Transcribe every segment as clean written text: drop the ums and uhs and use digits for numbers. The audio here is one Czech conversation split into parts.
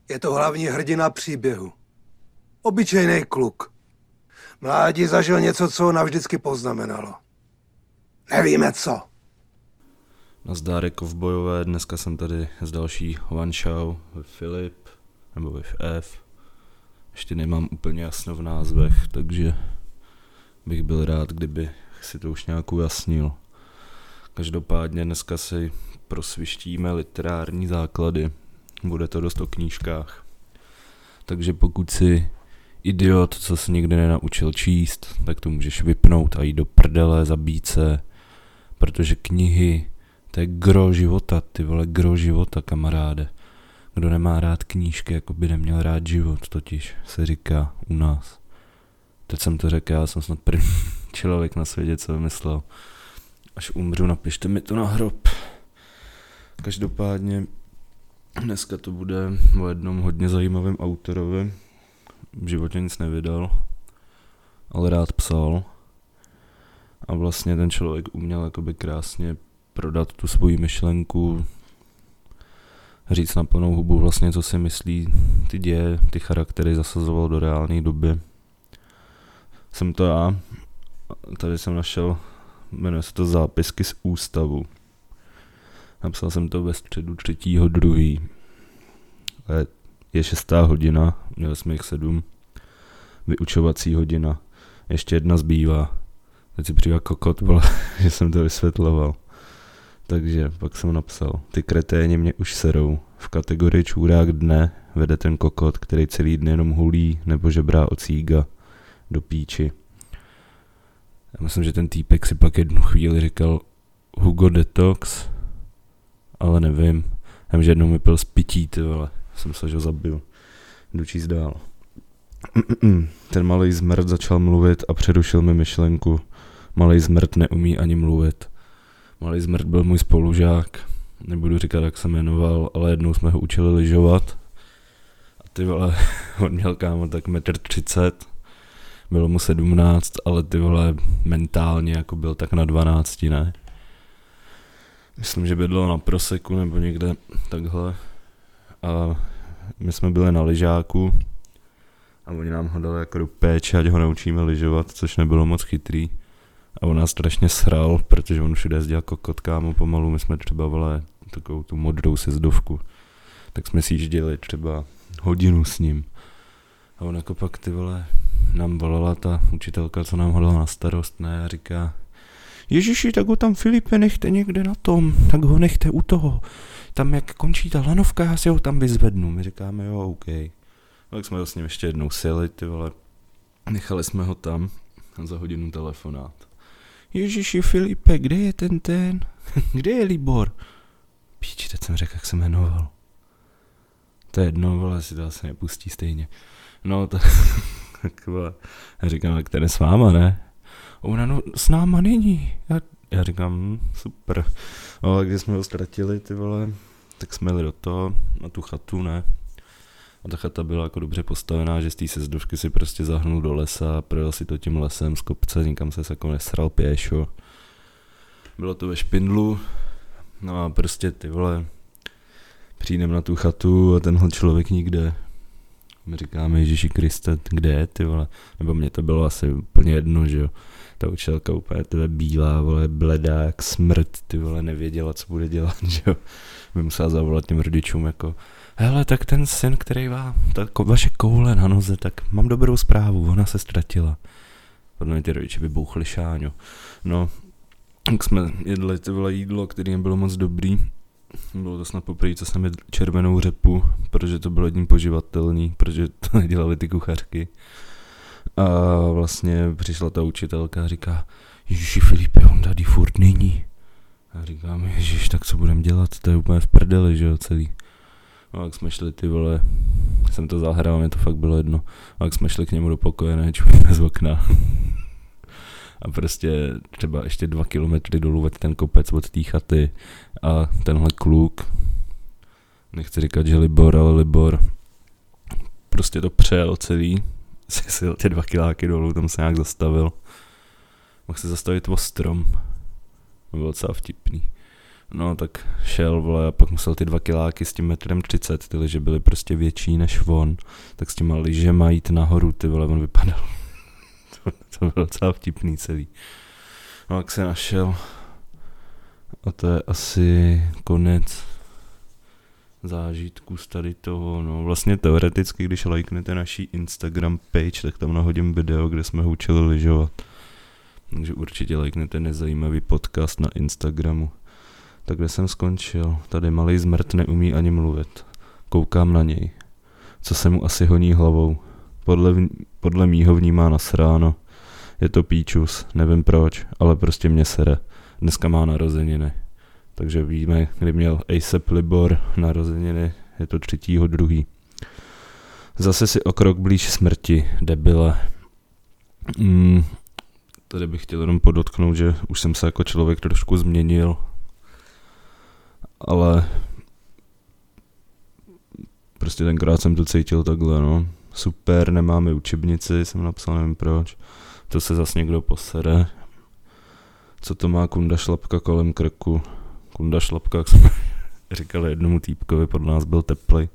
Je to hlavní hrdina příběhu. Obyčejný kluk. Mládí zažil něco, co ho navždycky poznamenalo. Nevíme co. Nazdárek kovbojové, dneska jsem tady s další One Show ve Filip, nebo ve F. Ještě nemám úplně jasno v názvech, takže bych byl rád, kdyby si to už nějak ujasnil. Každopádně dneska si prosvištíme literární základy. Bude to dost o knížkách. Takže pokud si idiot, co se nikdy nenaučil číst, tak to můžeš vypnout a jít do prdele, zabít se, protože knihy, to je gro života, ty vole, gro života, kamaráde. Kdo nemá rád knížky, jako by neměl rád život, totiž se říká u nás. Teď jsem to řekl, já jsem snad první člověk na světě, co vymyslel. Až umřu, napište mi to na hrob. Každopádně dneska to bude o jednom hodně zajímavém autorovi. V životě nic nevydal, ale rád psal. A vlastně ten člověk uměl jakoby krásně prodat tu svoji myšlenku, říct na plnou hubu vlastně, co si myslí, ty děje, ty charaktery zasazoval do reálné doby. Jsem to já. Tady jsem našel, jmenuje se to Zápisky z ústavu. Napsal jsem to ve středu 3.2. Je 6. hodina, měli jsme jich 7. Vyučovací hodina. Ještě jedna zbývá. Teď si přijde kokot, že jsem to vysvětloval. Takže pak jsem napsal: ty kreténi mě už serou. V kategorii čůrák dne vede ten kokot, který celý den jenom hulí nebo žebrá od cíga do píči. Já myslím, že ten týpek si pak jednu chvíli říkal Hugo Detox, ale nevím. Já vím, že jednou mi pil z pití, ty vole. Jsem se, že ho zabil. Jdu číst dál. Ten malej zmrt začal mluvit a přerušil mi myšlenku. Malej zmrt neumí ani mluvit. Malej zmrt byl můj spolužák. Nebudu říkat, jak se jmenoval, ale jednou jsme ho učili lyžovat. A ty vole, on měl kámo tak 1,30 m. Bylo mu 17, ale ty vole mentálně jako byl tak na 12, ne? Myslím, že bydlo na Proseku nebo někde takhle. A my jsme byli na lyžáku a oni nám ho dali jako do péče, ať ho naučíme lyžovat, což nebylo moc chytrý. A on nás strašně sral, protože on všude jezdil kokot, kámo, pomalu. My jsme třeba vole takovou tu modrou sjezdovku. Tak jsme si jížděli třeba hodinu s ním. A on jako pak ty vole nám volala ta učitelka, co nám ho dala na starost, ne, a říká: Ježiši, tak ho tam Filipe nechte někde na tom, tak ho nechte u toho. Tam jak končí ta lanovka, já si ho tam vyzvednu. My říkáme, jo, OK. Tak jsme ho s ním ještě jednou sjeli, ty vole. Nechali jsme ho tam a za hodinu telefonát. Ježiši Filipe, kde je ten? Kde je Libor? Píči, teď jsem řekl, jak se jmenoval. To je jedno, vole, si to asi nepustí stejně. No, tak vole. Já říkám, tak ten je s váma, ne? Ona no s náma není. Já říkám, super. No, a když jsme ho ztratili, ty vole, tak jsme jeli do toho, na tu chatu, ne? A ta chata byla jako dobře postavená, že z té sezdovky si prostě zahnul do lesa, projel si to tím lesem z kopce, nikam se jako nesral pěšo. Bylo to ve Špindlu, no a prostě ty vole, přijdem na tu chatu a tenhle člověk nikde. My říkáme, Ježíši Kriste, kde je, ty vole? Nebo mně to bylo asi úplně jedno, že jo. Ta učitelka úplně tebe bílá, vole, bledá jak smrt, ty vole, nevěděla, co bude dělat, že jo. By musela zavolat těm rodičům jako: hele, tak ten syn, který má vaše koule na noze, tak mám dobrou zprávu, ona se ztratila. Podle ty rodiče vybouchli šáňo. No, tak jsme jedli ty vole jídlo, které nebylo moc dobrý. Bylo to snad poprvé, co jsem jedl červenou řepu, protože to bylo jedním poživatelný, protože to nedělali ty kuchařky. A vlastně přišla ta učitelka a říká: Ježiši Filipe, on tady furt není. A říkám: Ježiš, tak co budem dělat, to je úplně v prdeli, že jo, celý. No, jak jsme šli, ty vole, jsem to zahrál, mě to fakt bylo jedno. A jak jsme šli k němu do pokoje, nečujeme z okna. A prostě třeba ještě 2 kilometry dolů vedl ten kopec od té chaty a tenhle kluk, nechci říkat, že Libor, ale Libor, prostě to přejel celý, si ty 2 kiláky dolů, tam se nějak zastavil. Mohl se zastavit o strom, to bylo docela vtipný. No tak šel, vole, a pak musel ty 2 kiláky s tím metrem 30, ty liže byly prostě větší než on, tak s těma ližema jít nahoru, ty vole, on vypadal. to bylo docela vtipný celý. No jak se našel. A to je asi konec zážitků z tady toho, no vlastně teoreticky, když lajknete naší Instagram page, tak tam nahodím video, kde jsme ho učili lyžovat. Takže určitě lajknete nezajímavý podcast na Instagramu. Tak kde jsem skončil? Tady malej zmrt neumí ani mluvit. Koukám na něj. Co se mu asi honí hlavou? Podle mýho vnímá nasráno. Je to píčus, nevím proč, ale prostě mě sere. Dneska má narozeniny. Takže víme, kdy měl ASAP Libor narozeniny, je to 3.2. Zase si o krok blíž smrti, debile. Tady bych chtěl jenom podotknout, že už jsem se jako člověk trošku změnil. Ale prostě tenkrát jsem to cítil takhle, no. Super, nemáme učebnici, jsem napsal, nevím proč. To se zas někdo posere. Co to má Kunda šlapka kolem krku? Kunda šlapka, jak jsme říkali jednomu týpkovi, pod nás byl teplej.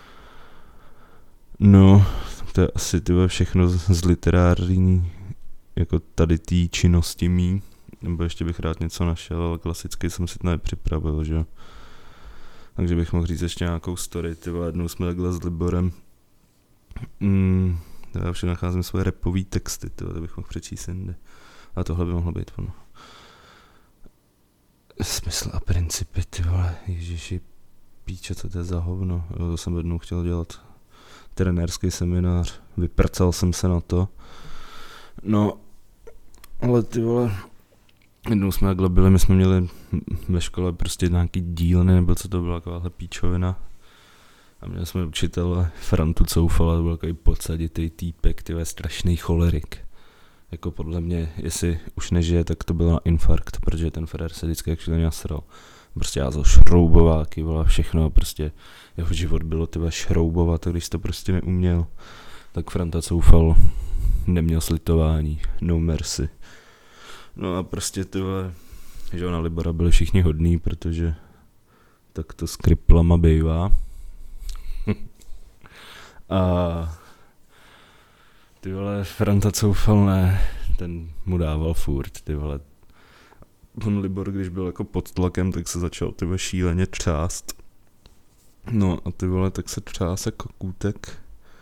No, to je asi tyhle všechno z literární, jako tady té činnosti mý. Nebo ještě bych rád něco našel, ale klasicky jsem si to nepřipravil, že? Takže bych mohl říct ještě nějakou story, tyhle, jednou jsme takhle s Liborem. Já všude nacházím svoje rapový texty, tyhle, to bych mohl přečíst jinde. A tohle by mohlo být ono. Smysl a principy, ty vole, ježiši, píče, co to je za hovno. To jsem jednou chtěl dělat trenérský seminář, vyprcal jsem se na to. No, ale ty vole, jednou jsme takhle byli, my jsme měli ve škole prostě nějaký dílny, nebo co to byla, takováhle píčovina. A měli jsme učitele Frantu Coufala, to byl takový podsaditý týpek, ty vole, strašný cholerik. Jako podle mě, jestli už nežije, tak to byl na infarkt, protože ten frér se vždycky jak šíleně nasral. Prostě házel šroubováky, vole, všechno a prostě jeho život bylo tyhle šroubovat, a když to prostě neuměl, tak Franta Coufal neměl slitování, no mercy. No a prostě tyhle, že na Libora byli všichni hodný, protože tak to s kriplama bejvá. A ty vole, Franta Coufal ne, ten mu dával furt, ty vole. On Libor, když byl jako pod tlakem, tak se začal ty vole šíleně třást. No a ty vole, tak se třás jako kůtek.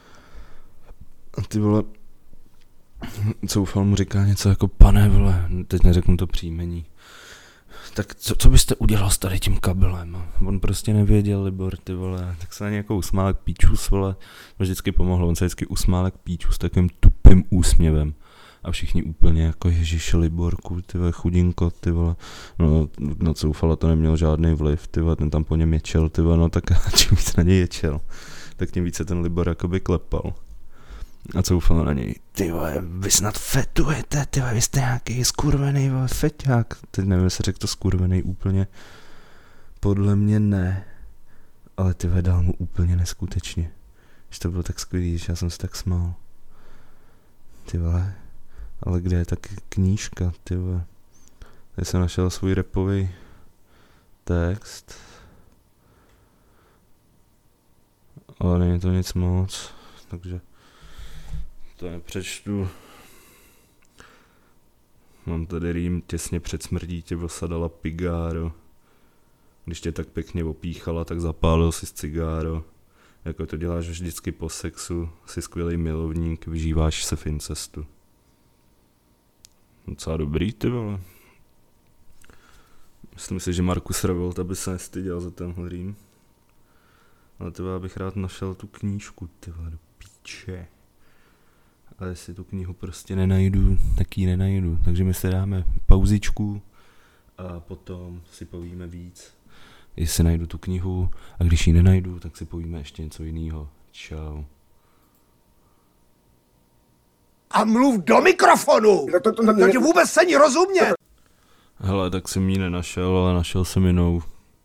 A ty vole, Coufal mu říká něco jako pane vole, teď neřeknu to příjmení. Tak co byste udělal s tady tím kabelem? On prostě nevěděl, Libor, ty vole, tak se na nějakou usmálek píčus, vole, vždycky pomohlo, on se vždycky usmálek píčus s takovým tupým úsměvem. A všichni úplně jako ježiš Liborku, ty vole, chudinko, ty vole. No, na Coufala to neměl žádný vliv, ty vole, ten tam po něm ječel, ty vole, no tak čím víc na něj ječel, tak tím více ten Libor jakoby klepal. A Coufal na něj, ty vole, vy snad fetujete, ty vole, vy jste nějaký skurvený, vole, feťák. Teď nevím, jestli řekl to skurvený úplně. Podle mě ne. Ale ty vole, dal mu úplně neskutečně. Že to bylo tak skvělý, že já jsem se tak smál. Ty vole. Ale kde je taky knížka, ty vole. Tady jsem našel svůj rapový text. Ale není to nic moc, takže to nepřečtu. Mám tady rým, těsně před smrtí tě osadala pigáro. Když tě tak pěkně opíchala, tak zapálil si cigáro. Jako to děláš vždycky po sexu, jsi skvělý milovník, vyžíváš se v incestu. Docela dobrý, ty vole. Myslím si, že Markus Revolt by se nestyděl za tenhle rým. Ale tyhle bych rád našel tu knížku, tyhle do píče. Ale jestli tu knihu prostě nenajdu, tak ji nenajdu. Takže my si dáme pauzičku a potom si povíme víc. Jestli najdu tu knihu a když ji nenajdu, tak si povíme ještě něco jiného. Čau. A mluv do mikrofonu! To ti vůbec není rozumět! Hele, tak jsem ji nenašel, ale našel jsem jinou.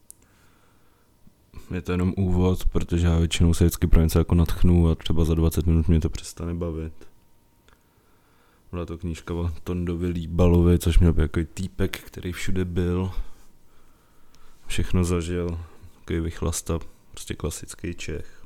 Je to jenom úvod, protože já většinou se vždycky pro něco jako natchnu a třeba za 20 minut mě to přestane bavit. Byla to knížka o Tondovi Líbalovi, což měl být jako týpek, který všude byl. všechno zažil, takový vychlasta, prostě klasický Čech.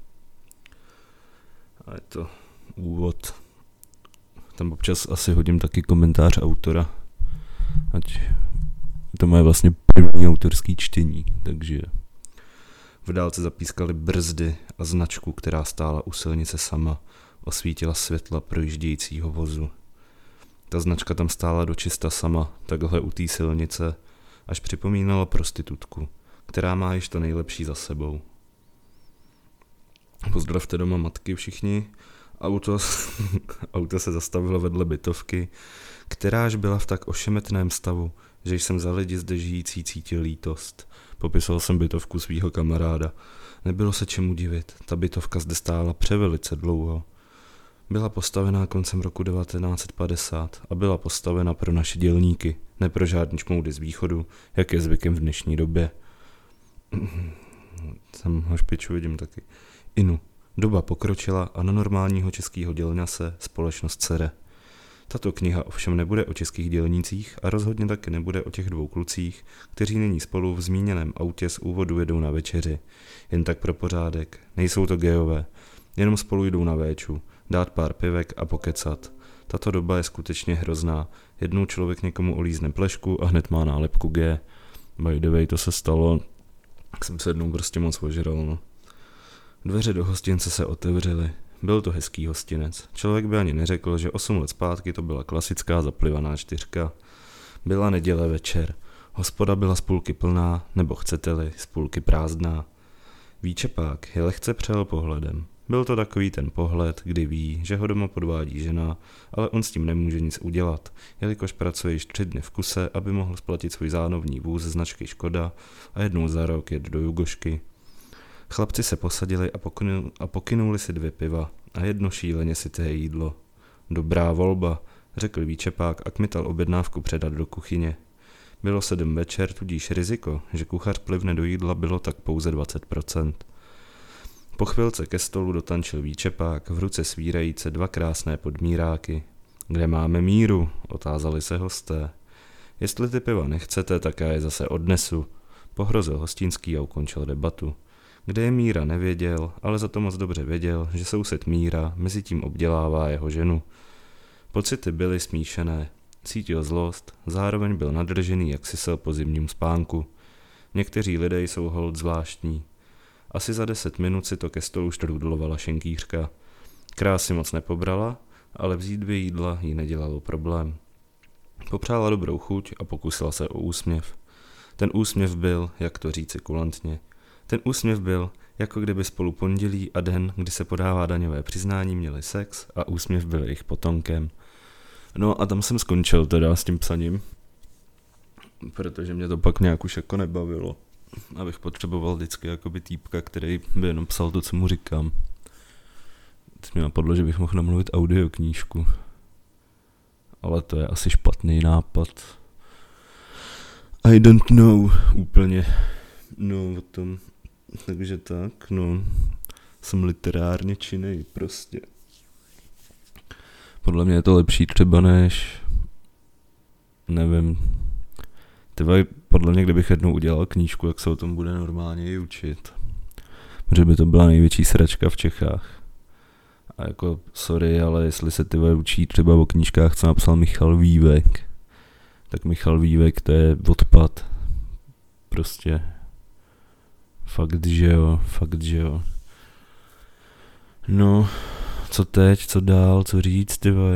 A je to úvod. Tam občas asi hodím taky komentář autora, ať to moje vlastně první autorský čtení, takže v dálce zapískaly brzdy a značku, která stála u silnice sama, osvítila světla projíždějícího vozu. Ta značka tam stála dočista sama, takhle u té silnice, až připomínala prostitutku, která má již to nejlepší za sebou. Pozdravte doma matky všichni. Auto se zastavilo vedle bytovky, kteráž byla v tak ošemetném stavu, že jsem za lidi zde žijící cítil lítost. Popisoval jsem bytovku svýho kamaráda. Nebylo se čemu divit, ta bytovka zde stála převelice dlouho. Byla postavená koncem roku 1950 a byla postavena pro naše dělníky, ne pro žádný šmoudy z východu, jak je zvykem v dnešní době. Tam ho špiču vidím taky. Inu. Doba pokročila a na normálního českého dělňase společnost sere. Tato kniha ovšem nebude o českých dělnících a rozhodně taky nebude o těch dvou klucích, kteří nyní spolu v zmíněném autě z úvodu jedou na večeři. Jen tak pro pořádek, nejsou to gejové, jenom spolu jdou na véču, dát pár pivek a pokecat. Tato doba je skutečně hrozná, jednou člověk někomu olízne plešku a hned má nálepku G. By the way, to se stalo, tak jsem se jednou prostě moc ožral, no. Dveře do hostince se otevřely. Byl to hezký hostinec. Člověk by ani neřekl, že 8 let zpátky to byla klasická zaplivaná čtyřka. Byla neděle večer. Hospoda byla z půlky plná, nebo chcete-li, z půlky prázdná. Výčepák je lehce přel pohledem. Byl to takový ten pohled, kdy ví, že ho doma podvádí žena, ale on s tím nemůže nic udělat, jelikož pracuje již 3 dny v kuse, aby mohl splatit svůj zánovní vůz značky Škoda a jednou za rok jet do Jugošky. Chlapci se posadili a pokynuli si 2 piva a jedno šíleně syté jídlo. Dobrá volba, řekl výčepák a kmital objednávku předat do kuchyně. Bylo 7 večer, tudíž riziko, že kuchař plivne do jídla, bylo tak pouze 20%. Po chvilce ke stolu dotančil výčepák, v ruce svírajíce 2 krásné podmíráky. Kde máme míru? Otázali se hosté. Jestli ty piva nechcete, tak já je zase odnesu. Pohrozil hostinský a ukončil debatu. Kde je Míra, nevěděl, ale za to moc dobře věděl, že soused Míra mezitím obdělává jeho ženu. Pocity byly smíšené. Cítil zlost, zároveň byl nadržený jak sisel po zimním spánku. Někteří lidé jsou holt zvláštní. Asi za 10 minut si to ke stolu štrudlovala šenkýřka. Krásy moc nepobrala, ale vzít 2 jídla jí nedělalo problém. Popřála dobrou chuť a pokusila se o úsměv. Ten úsměv byl, jak to říci kulantně, ten úsměv byl, jako kdyby spolu pondělí a den, kdy se podává daňové přiznání, měli sex a úsměv byl jejich potomkem. No a tam jsem skončil teda s tím psaním, protože mě to pak nějak už jako nebavilo. Abych potřeboval vždycky jakoby týpka, který by jenom psal to, co mu říkám. Teď mě napadlo, že bych mohl namluvit audioknížku. Ale to je asi špatný nápad. I don't know úplně. No o tom. Takže tak, no. Jsem literárně činnej prostě. Podle mě je to lepší třeba než... Nevím. Podle mě, kdybych jednou udělal knížku, jak se o tom bude normálně i učit. Protože by to byla největší sračka v Čechách. A jako, sorry, ale jestli se učí třeba o knížkách, co napsal Michal Vývek, tak Michal Vývek to je odpad. Prostě. Fakt, že jo. No, co teď, co dál, co říct,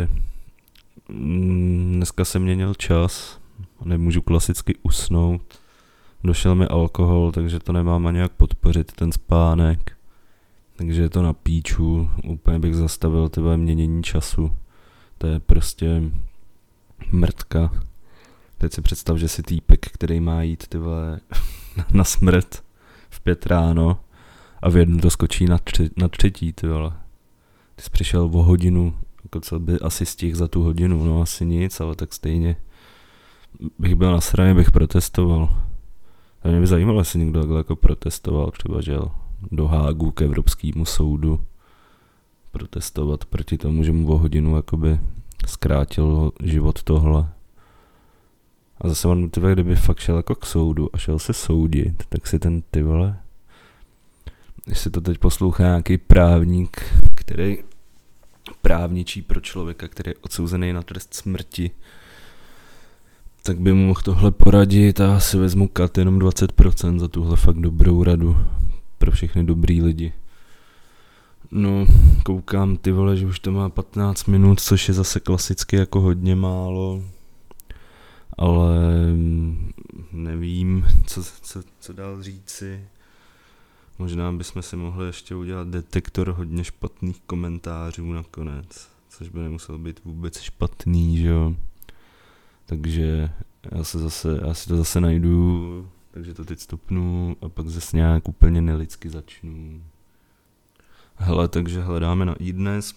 dneska jsem měnil čas. Nemůžu klasicky usnout. Došel mi alkohol, takže to nemám ani jak podpořit ten spánek. Takže je to na píču. Úplně bych zastavil měnění času. To je prostě mrtka. Teď si představ, že jsi týpek, který má jít na smrt v 5 ráno a v 1 to skočí na 3, Ty jsi přišel o hodinu, jako co by asi stihl za tu hodinu, no asi nic, ale tak stejně. Bych byl nasraný, bych protestoval. A mě by zajímalo, jestli někdo takhle jako protestoval, třeba žel do Hágu k Evropskému soudu protestovat proti tomu, že mu o hodinu jakoby zkrátil život tohle. A zase on, ty vole, kdyby fakt šel jako k soudu a šel se soudit, tak si ten, ty vole, jestli to teď poslouchá nějaký právník, který právničí pro člověka, který je odsouzený na trest smrti, tak by mu mohl tohle poradit a si vezmu kat jenom 20% za tuhle fakt dobrou radu pro všechny dobrý lidi. No, koukám, ty vole, že už to má 15 minut, což je zase klasicky jako hodně málo, ale nevím, co dál říci. Možná bychom si mohli ještě udělat detektor hodně špatných komentářů nakonec, což by nemusel být vůbec špatný, že jo. Takže já si to zase najdu, takže to teď stopnu a pak zase nějak úplně nelidsky začnu. Hele, takže hledáme na iDnes.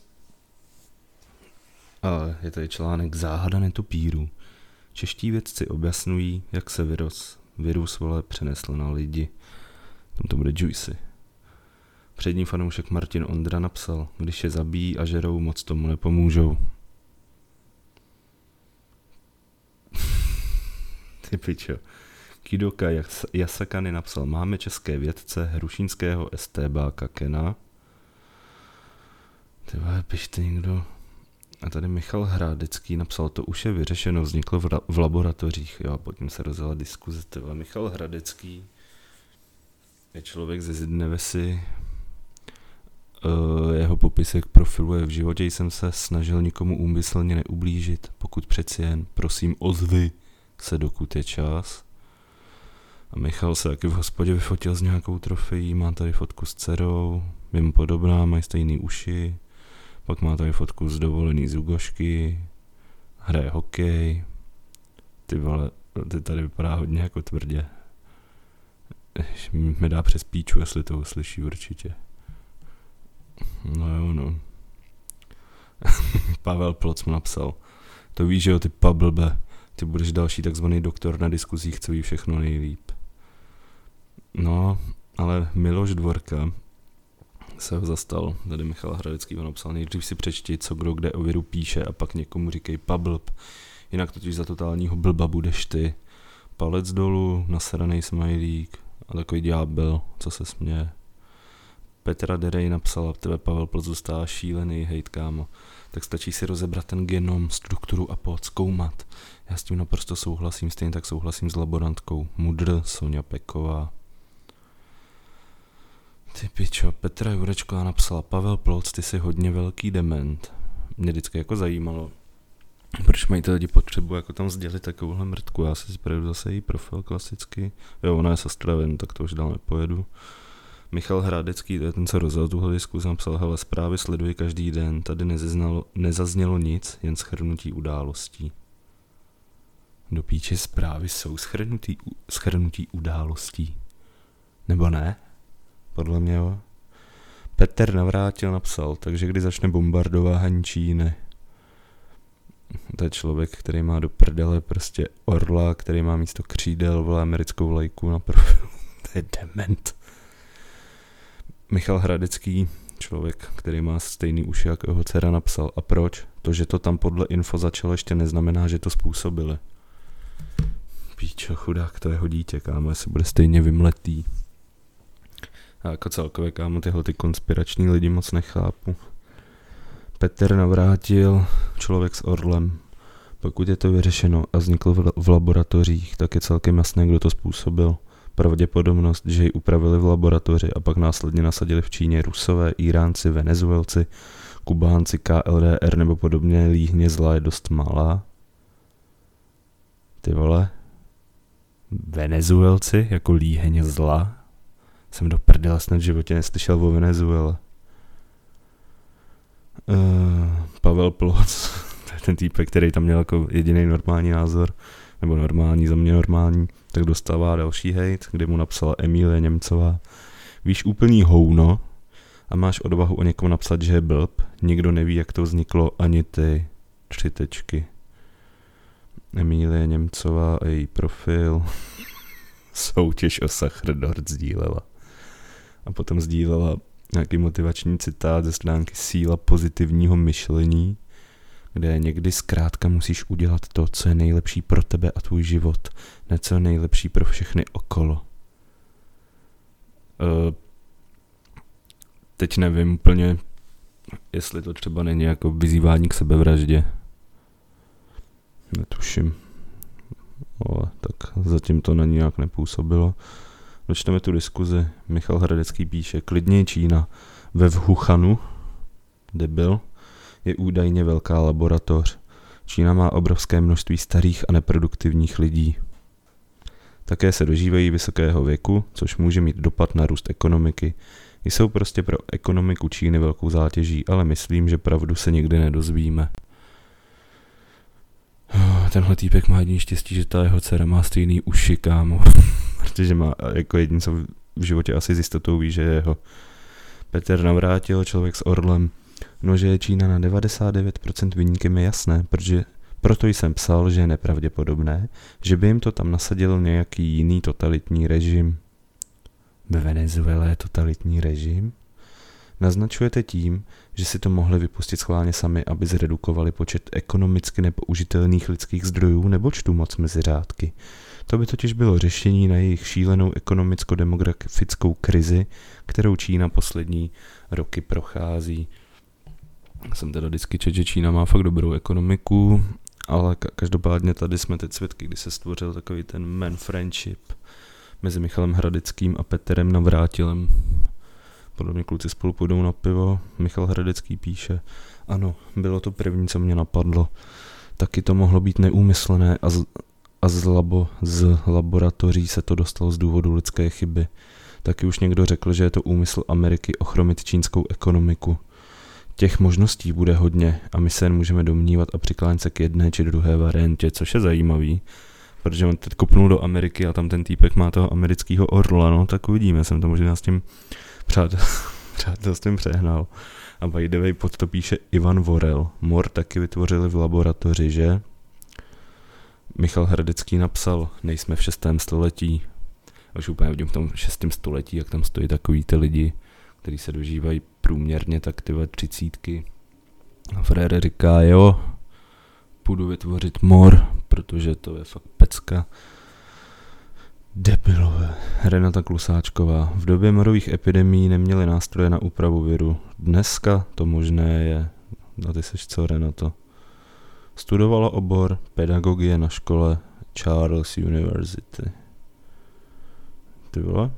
A je tady článek Záhada netopíru. Čeští vědci objasňují, jak se virus přenesl na lidi. Tam to bude juicy. Přední fanoušek Martin Ondra napsal, když je zabijí a žerou, moc tomu nepomůžou. Ty pičo. Kidoka Yasakany napsal, máme české vědce hrušínského STBáka Kena. Ty vole, pište někdo. A tady Michal Hradecký napsal, to už je vyřešeno, vzniklo v laboratořích. Jo, potom se rozjela diskuze. Ty vole, Michal Hradecký je člověk ze Zidnevesy. Jeho popisek profilu je: v životě jsem se snažil nikomu úmyslně neublížit, pokud přeci jen, prosím, ozvi se, dokud je čas. A Michal se taky v hospodě vyfotil s nějakou trofejí, má tady fotku s dcerou, je mu podobná, mají stejný uši, pak má tady fotku z dovolený z Jugošky, hraje hokej. Ty vole, ty tady vypadá hodně jako tvrdě. Mi dá přes píču, jestli to uslyší určitě. No jo, no. Pavel Ploc mu napsal, to víš, že jo, ty pablbe, ty budeš další takzvaný doktor na diskuzích, co ví všechno nejlíp. No, ale Miloš Dvorka se ho zastal, tady Michal Hradecký ho napsal, nejdřív si přečti, co kdo kde o viru píše a pak někomu říkej pablb, jinak totiž za totálního blba budeš ty. Palec dolů, nasranej smajlík a takový ďábel, co se směje. Petra Derej napsala, tebe Pavel Plc zůstává šílený, hejt kámo, tak stačí si rozebrat ten genom, strukturu a podzkoumat. Já s tím naprosto souhlasím, stejně tak souhlasím s laborantkou Mudr Sonja Peková. Ty pičo, Petra Jurečková napsala, Pavel Ploc, ty jsi hodně velký dement. Mě vždycky jako zajímalo, proč mají ty lidi potřebu jako tam sdělit takovouhle mrtku. Já si projdu zase její profil klasicky. Jo, ona je z Ostravy, tak to už dál nepojedu. Michal Hradecký, to je ten, co rozhodl tuhle diskuzi, napsal, hele, zprávy sleduji každý den, tady nezaznělo nic, jen shrnutí událostí. Do píče, zprávy jsou shrnutí událostí. Nebo ne? Podle mě jo. Petr Navrátil napsal, takže kdy začne bombardování Číny. To je člověk, který má do prdele prostě orla, který má místo křídel, vole, americkou vlajku na profilu. To je dement. Michal Hradecký, člověk, který má stejný uši jako jeho dcera, napsal, a proč? To, že to tam podle info začalo, ještě neznamená, že to způsobili. Píčo, chudák, to jeho dítě, kámo, jestli bude stejně vymletý. A jako celkově, kámo, tyhle ty konspirační lidi moc nechápu. Petr Navrátil, člověk s orlem. Pokud je to vyřešeno a vzniklo v laboratořích, tak je celkem jasné, kdo to způsobil. Pravděpodobnost, že ji upravili v laboratoři a pak následně nasadili v Číně Rusové, Iránci, Venezuelci, Kubánci, KLDR nebo podobně líhně zla, je dost malá. Ty vole, Venezuelci jako líheň zla? Jsem do prdela snad v životě neslyšel o Venezuele. Pavel Ploc, to je ten týpek, který tam měl jako jediný normální názor, nebo normální, za mě normální, tak dostává další hejt, kdy mu napsala Emílie Němcová. Víš, úplný houno a máš odvahu o někom napsat, že je blb, nikdo neví, jak to vzniklo, ani ty. 3 tečky. Emílie Němcová a její profil. Soutěž o Sachdort sdílela. A potom sdílela nějaký motivační citát ze stránky Síla pozitivního myšlení, kde někdy zkrátka musíš udělat to, co je nejlepší pro tebe a tvůj život, ne co je nejlepší pro všechny okolo. Teď nevím úplně, jestli to třeba není jako vyzývání k sebevraždě. Netuším. Ale tak zatím to na ní nějak nepůsobilo. Dočteme tu diskuzi. Michal Hradecký píše, klidně Čína ve Wuhanu, debil, je údajně velká laboratoř. Čína má obrovské množství starých a neproduktivních lidí. Také se dožívají vysokého věku, což může mít dopad na růst ekonomiky. Jsou prostě pro ekonomiku Číny velkou zátěží, ale myslím, že pravdu se nikdy nedozvíme. Tenhle týpek má jediný štěstí, že ta jeho dcera má stejný uši, kámo. Protože má jako jediný, co v životě asi s jistotou ví, že je jeho. Petr Navrátil, člověk s orlem. No, že je Čína na 99% viníkem je jasné, protože proto jsem psal, že je nepravděpodobné, že by jim to tam nasadil nějaký jiný totalitní režim. Ve Venezuele je totalitní režim? Naznačujete tím, že si to mohli vypustit schválně sami, aby zredukovali počet ekonomicky nepoužitelných lidských zdrojů, nebo čtu moc mezi řádky. To by totiž bylo řešení na jejich šílenou ekonomicko-demografickou krizi, kterou Čína poslední roky prochází. Jsem teda vždycky četl, že Čína má fakt dobrou ekonomiku, ale každopádně tady jsme teď svědky, kdy se stvořil takový ten man friendship mezi Michalem Hradeckým a Petrem Navrátilem. Podle mě kluci spolu půjdou na pivo. Michal Hradecký píše, ano, bylo to první, co mě napadlo. Taky to mohlo být neúmyslné a z laboratoří se to dostalo z důvodu lidské chyby. Taky už někdo řekl, že je to úmysl Ameriky ochromit čínskou ekonomiku. Těch možností bude hodně a my se jen můžeme domnívat a přiklánět se k jedné či druhé variantě, což je zajímavý. Protože on teď kopnul do Ameriky a tam ten týpek má toho amerického orla, no tak uvidíme, jsem to možná s tím přátelstvím přehnal. A by the way, pod to píše Ivan Vorel. Mor taky vytvořili v laboratoři, že? Michal Hradecký napsal, nejsme v 6. století. A už úplně vidím v tom 6. století, jak tam stojí takový ty lidi, kteří se dožívají průměrně tak ty 30. A Frere říká, jo, půjdu vytvořit mor, protože to je fakt pecka. Debilové. Renata Klusáčková. V době morových epidemií neměli nástroje na úpravu viru. Dneska to možné je. A ty seš co, Renato? Studovala obor pedagogie na škole Charles University. Ty vole?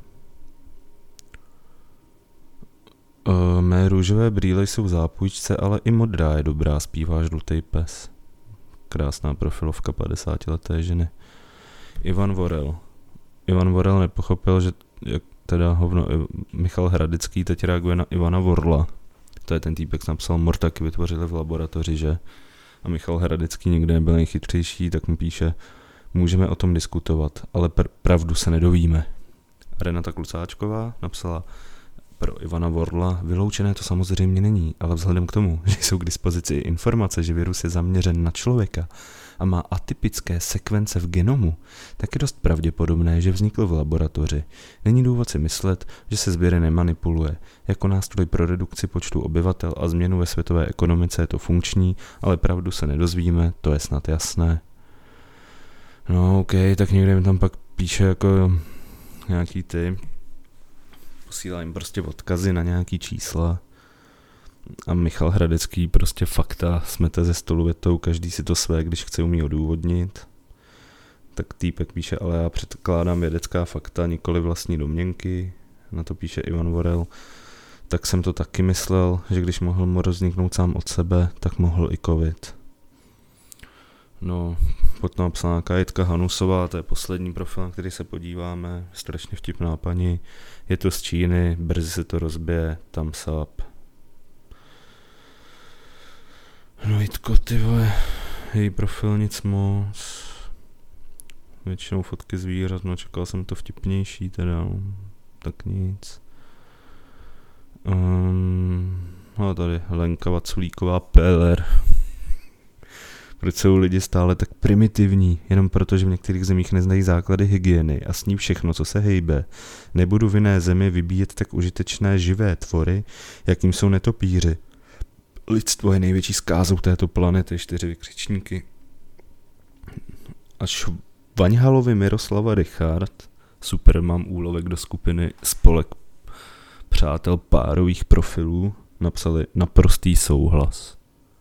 Mé růžové brýle jsou v zápůjčce, ale i modrá je dobrá, zpívá Žlutej pes. Krásná profilovka 50leté ženy. Ivan Vorel nepochopil, že jak teda hovno Michal Hradecký teď reaguje na Ivana Vorla. To je ten týpek, co napsal, mor taky vytvořili v laboratoři, že? A Michal Hradecký nikdy nebyl nejchytřejší, tak mu píše, můžeme o tom diskutovat, ale pravdu se nedovíme. Renata Klusáčková napsala, pro Ivana Vorla vyloučené to samozřejmě není, ale vzhledem k tomu, že jsou k dispozici informace, že virus je zaměřen na člověka a má atypické sekvence v genomu, tak je dost pravděpodobné, že vznikl v laboratoři. Není důvod si myslet, že se s viry nemanipuluje. Jako nástroj pro redukci počtu obyvatel a změnu ve světové ekonomice je to funkční, ale pravdu se nedozvíme, to je snad jasné. No ok, tak někde mi tam pak píše jako nějaký ty... Posílá jim prostě odkazy na nějaký čísla a Michal Hradecký prostě fakta smete ze stolu větou, každý si to své, když chce umí odůvodnit. Tak týpek píše, ale já předkládám vědecká fakta, nikoli vlastní domněnky, na to píše Ivan Vorel. Tak jsem to taky myslel, že když mohl mor vzniknout sám od sebe, tak mohl i covid. No, potom napsala nějaká Jitka Hanusová, to je poslední profil, na který se podíváme, strašně vtipná paní, je to z Číny, brzy se to rozbije, thumbs up. No Jitko, ty vole, její profil nic moc, většinou fotky zvířat, no čekal jsem to vtipnější teda, tak nic. No tady Lenka Vaculíková PLR. Proč jsou lidi stále tak primitivní, jenom proto, že v některých zemích neznají základy hygieny a sní všechno, co se hejbe. Nebudu v jiné zemi vybíjet tak užitečné živé tvory, jakým jsou netopíři. Lidstvo je největší zkázou této planety, 4 vykřičníky. Až Vaňhalovi Miroslava Richard, super, mám úlovek do skupiny Spolek přátel párových profilů, napsali naprostý souhlas.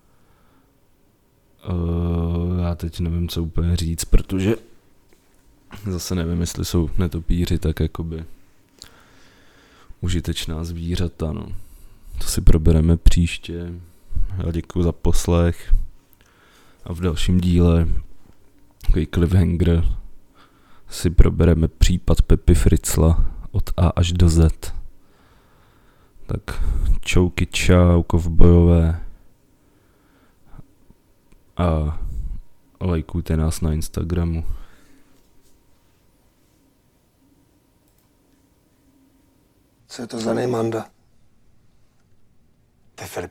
Já teď nevím, co úplně říct, protože zase nevím, jestli jsou netopíři tak jakoby užitečná zvířata, no. To si probereme příště. Já děkuji za poslech a v dalším díle takový cliffhanger si probereme případ Pepy Fritzla od A až do Z. Tak čauky čau, kovbojové a lajkujte nás na Instagramu. Co je to za nejmanda? To je Filip